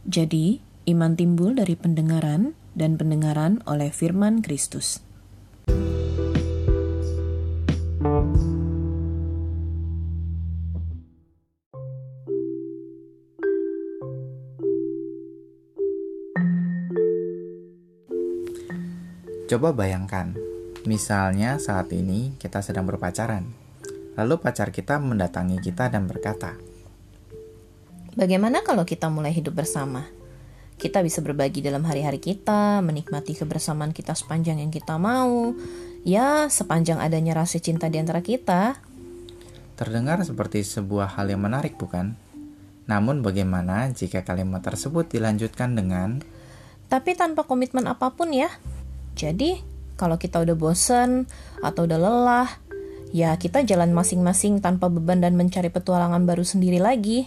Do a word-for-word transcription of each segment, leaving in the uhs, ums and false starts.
Jadi, iman timbul dari pendengaran dan pendengaran oleh firman Kristus. Coba bayangkan, misalnya saat ini kita sedang berpacaran, lalu pacar kita mendatangi kita dan berkata, Bagaimana kalau kita mulai hidup bersama? Kita bisa berbagi dalam hari-hari kita, menikmati kebersamaan kita sepanjang yang kita mau, ya sepanjang adanya rasa cinta di antara kita. Terdengar seperti sebuah hal yang menarik, bukan? Namun bagaimana jika kalimat tersebut dilanjutkan dengan, Tapi tanpa komitmen apapun ya. Jadi, kalau kita udah bosen atau udah lelah, ya kita jalan masing-masing tanpa beban dan mencari petualangan baru sendiri lagi.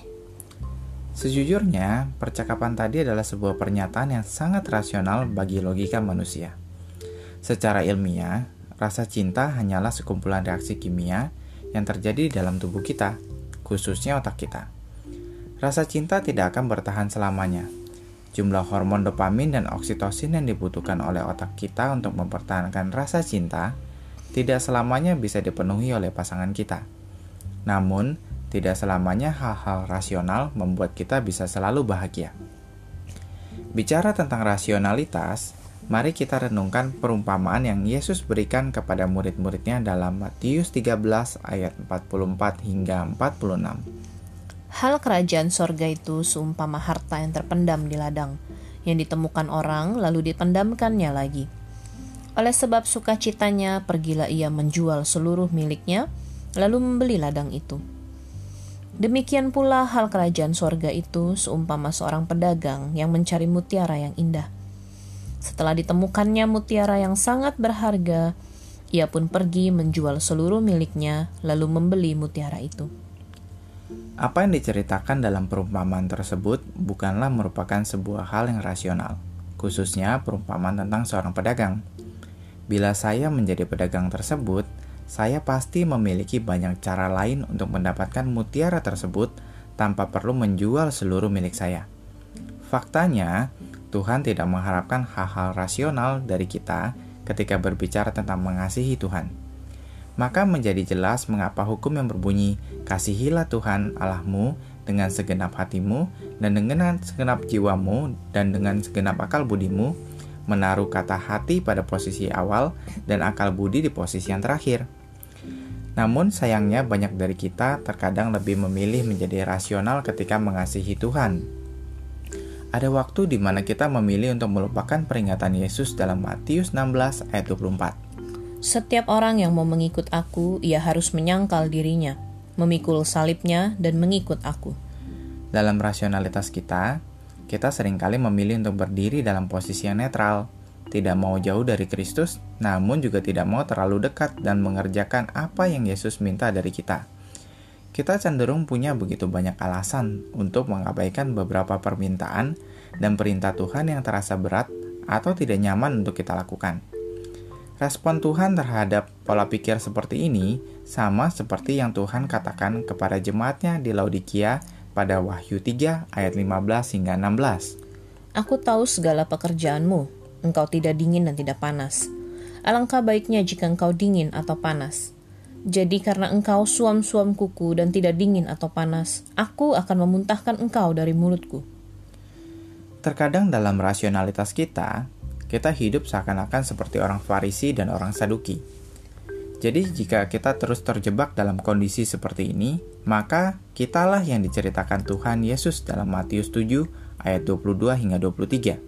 Sejujurnya, percakapan tadi adalah sebuah pernyataan yang sangat rasional bagi logika manusia. Secara ilmiah, rasa cinta hanyalah sekumpulan reaksi kimia yang terjadi di dalam tubuh kita, khususnya otak kita. Rasa cinta tidak akan bertahan selamanya. Jumlah hormon dopamin dan oksitosin yang dibutuhkan oleh otak kita untuk mempertahankan rasa cinta tidak selamanya bisa dipenuhi oleh pasangan kita. Namun, tidak selamanya hal-hal rasional membuat kita bisa selalu bahagia. Bicara tentang rasionalitas, mari kita renungkan perumpamaan yang Yesus berikan kepada murid-muridnya dalam Matius tiga belas ayat empat puluh empat hingga empat puluh enam. Hal kerajaan sorga itu seumpama harta yang terpendam di ladang, yang ditemukan orang lalu dipendamkannya lagi. Oleh sebab sukacitanya, pergilah ia menjual seluruh miliknya, lalu membeli ladang itu. Demikian pula hal kerajaan sorga itu seumpama seorang pedagang yang mencari mutiara yang indah. Setelah ditemukannya mutiara yang sangat berharga, ia pun pergi menjual seluruh miliknya, lalu membeli mutiara itu. Apa yang diceritakan dalam perumpamaan tersebut bukanlah merupakan sebuah hal yang rasional, khususnya perumpamaan tentang seorang pedagang. Bila saya menjadi pedagang tersebut, saya pasti memiliki banyak cara lain untuk mendapatkan mutiara tersebut tanpa perlu menjual seluruh milik saya. Faktanya, Tuhan tidak mengharapkan hal-hal rasional dari kita ketika berbicara tentang mengasihi Tuhan. Maka menjadi jelas mengapa hukum yang berbunyi, kasihilah Tuhan Allahmu dengan segenap hatimu dan dengan segenap jiwamu dan dengan segenap akal budimu, menaruh kata hati pada posisi awal dan akal budi di posisi yang terakhir. Namun sayangnya banyak dari kita terkadang lebih memilih menjadi rasional ketika mengasihi Tuhan. Ada waktu di mana kita memilih untuk melupakan peringatan Yesus dalam Matius enam belas ayat dua puluh empat. Setiap orang yang mau mengikut aku, ia harus menyangkal dirinya, memikul salibnya, dan mengikut aku. Dalam rasionalitas kita, kita seringkali memilih untuk berdiri dalam posisi yang netral, tidak mau jauh dari Kristus, namun juga tidak mau terlalu dekat dan mengerjakan apa yang Yesus minta dari kita. Kita cenderung punya begitu banyak alasan untuk mengabaikan beberapa permintaan dan perintah Tuhan yang terasa berat atau tidak nyaman untuk kita lakukan. Respon Tuhan terhadap pola pikir seperti ini sama seperti yang Tuhan katakan kepada jemaatnya di Laodikia pada Wahyu tiga ayat lima belas hingga enam belas. Aku tahu segala pekerjaanmu, engkau tidak dingin dan tidak panas. Alangkah baiknya jika engkau dingin atau panas. Jadi karena engkau suam-suam kuku dan tidak dingin atau panas, aku akan memuntahkan engkau dari mulutku. Terkadang dalam rasionalitas kita, kita hidup seakan-akan seperti orang Farisi dan orang Saduki. Jadi jika kita terus terjebak dalam kondisi seperti ini, maka kitalah yang diceritakan Tuhan Yesus dalam Matius tujuh ayat dua puluh dua hingga dua puluh tiga.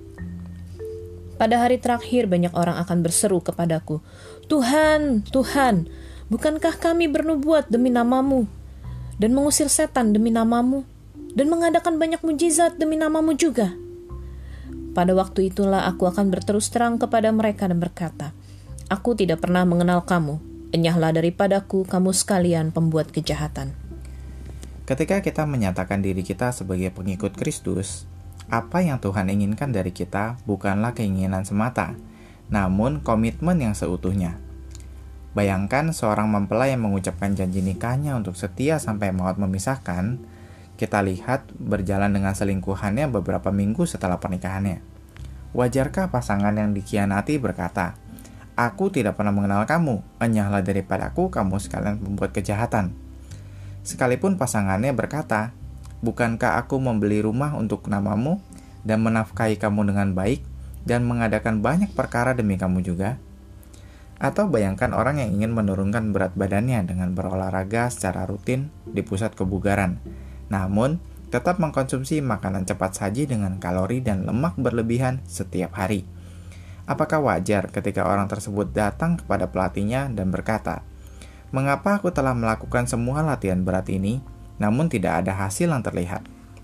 Pada hari terakhir banyak orang akan berseru kepadaku, Tuhan, Tuhan, bukankah kami bernubuat demi namamu, dan mengusir setan demi namamu, dan mengadakan banyak mujizat demi namamu juga? Pada waktu itulah aku akan berterus terang kepada mereka dan berkata, Aku tidak pernah mengenal kamu, enyahlah daripadaku kamu sekalian pembuat kejahatan. Ketika kita menyatakan diri kita sebagai pengikut Kristus, apa yang Tuhan inginkan dari kita bukanlah keinginan semata, namun komitmen yang seutuhnya. Bayangkan seorang mempelai yang mengucapkan janji nikahnya untuk setia sampai maut memisahkan, kita lihat berjalan dengan selingkuhannya beberapa minggu setelah pernikahannya. Wajarkah pasangan yang dikhianati berkata, "Aku tidak pernah mengenal kamu, enyahlah daripadaku kamu sekalian membuat kejahatan." Sekalipun pasangannya berkata, "Bukankah aku membeli rumah untuk namamu dan menafkahi kamu dengan baik dan mengadakan banyak perkara demi kamu juga?" Atau bayangkan orang yang ingin menurunkan berat badannya dengan berolahraga secara rutin di pusat kebugaran, namun tetap mengkonsumsi makanan cepat saji dengan kalori dan lemak berlebihan setiap hari. Apakah wajar ketika orang tersebut datang kepada pelatihnya dan berkata, "Mengapa aku telah melakukan semua latihan berat ini, namun tidak ada hasil yang terlihat?"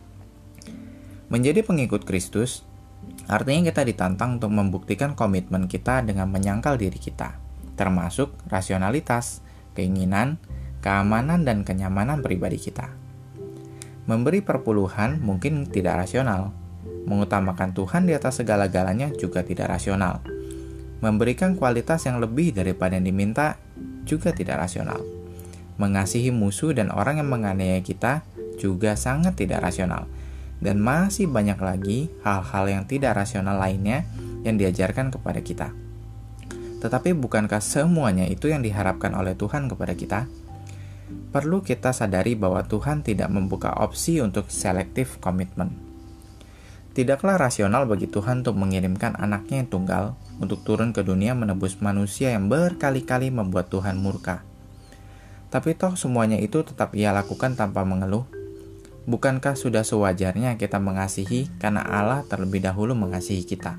Menjadi pengikut Kristus artinya kita ditantang untuk membuktikan komitmen kita dengan menyangkal diri kita, termasuk rasionalitas, keinginan, keamanan, dan kenyamanan pribadi kita. Memberi perpuluhan mungkin tidak rasional. Mengutamakan Tuhan di atas segala-galanya juga tidak rasional. Memberikan kualitas yang lebih daripada yang diminta juga tidak rasional. Mengasihi musuh dan orang yang menganiaya kita juga sangat tidak rasional. Dan masih banyak lagi hal-hal yang tidak rasional lainnya yang diajarkan kepada kita. Tetapi bukankah semuanya itu yang diharapkan oleh Tuhan kepada kita? Perlu kita sadari bahwa Tuhan tidak membuka opsi untuk selective commitment. Tidaklah rasional bagi Tuhan untuk mengirimkan anaknya yang tunggal untuk turun ke dunia menebus manusia yang berkali-kali membuat Tuhan murka. Tapi toh semuanya itu tetap Ia lakukan tanpa mengeluh. Bukankah sudah sewajarnya kita mengasihi karena Allah terlebih dahulu mengasihi kita?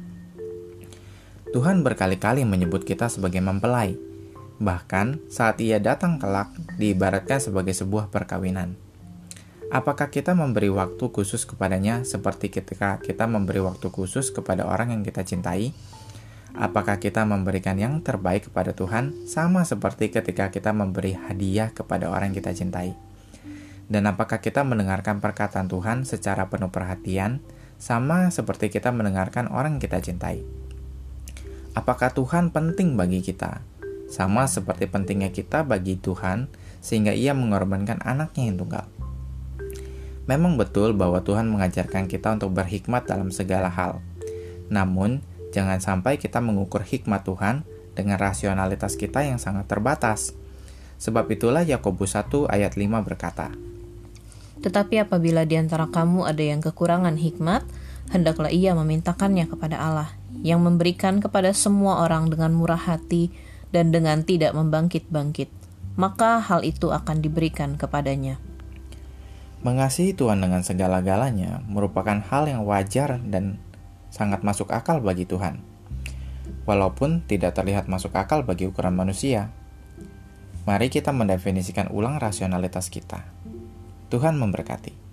Tuhan berkali-kali menyebut kita sebagai mempelai. Bahkan saat Ia datang kelak diibaratkan sebagai sebuah perkawinan. Apakah kita memberi waktu khusus kepadanya seperti ketika kita memberi waktu khusus kepada orang yang kita cintai? Apakah kita memberikan yang terbaik kepada Tuhan sama seperti ketika kita memberi hadiah kepada orang yang kita cintai? Dan apakah kita mendengarkan perkataan Tuhan secara penuh perhatian sama seperti kita mendengarkan orang yang kita cintai? Apakah Tuhan penting bagi kita sama seperti pentingnya kita bagi Tuhan sehingga Ia mengorbankan anaknya yang tunggal? Memang betul bahwa Tuhan mengajarkan kita untuk berhikmat dalam segala hal. Namun, jangan sampai kita mengukur hikmat Tuhan dengan rasionalitas kita yang sangat terbatas. Sebab itulah Yakobus satu ayat lima berkata, "Tetapi apabila di antara kamu ada yang kekurangan hikmat, hendaklah ia memintakannya kepada Allah, yang memberikan kepada semua orang dengan murah hati dan dengan tidak membangkit-bangkit. Maka hal itu akan diberikan kepadanya." Mengasihi Tuhan dengan segala-galanya merupakan hal yang wajar dan sangat masuk akal bagi Tuhan. Walaupun tidak terlihat masuk akal bagi ukuran manusia. Mari kita mendefinisikan ulang rasionalitas kita. Tuhan memberkati.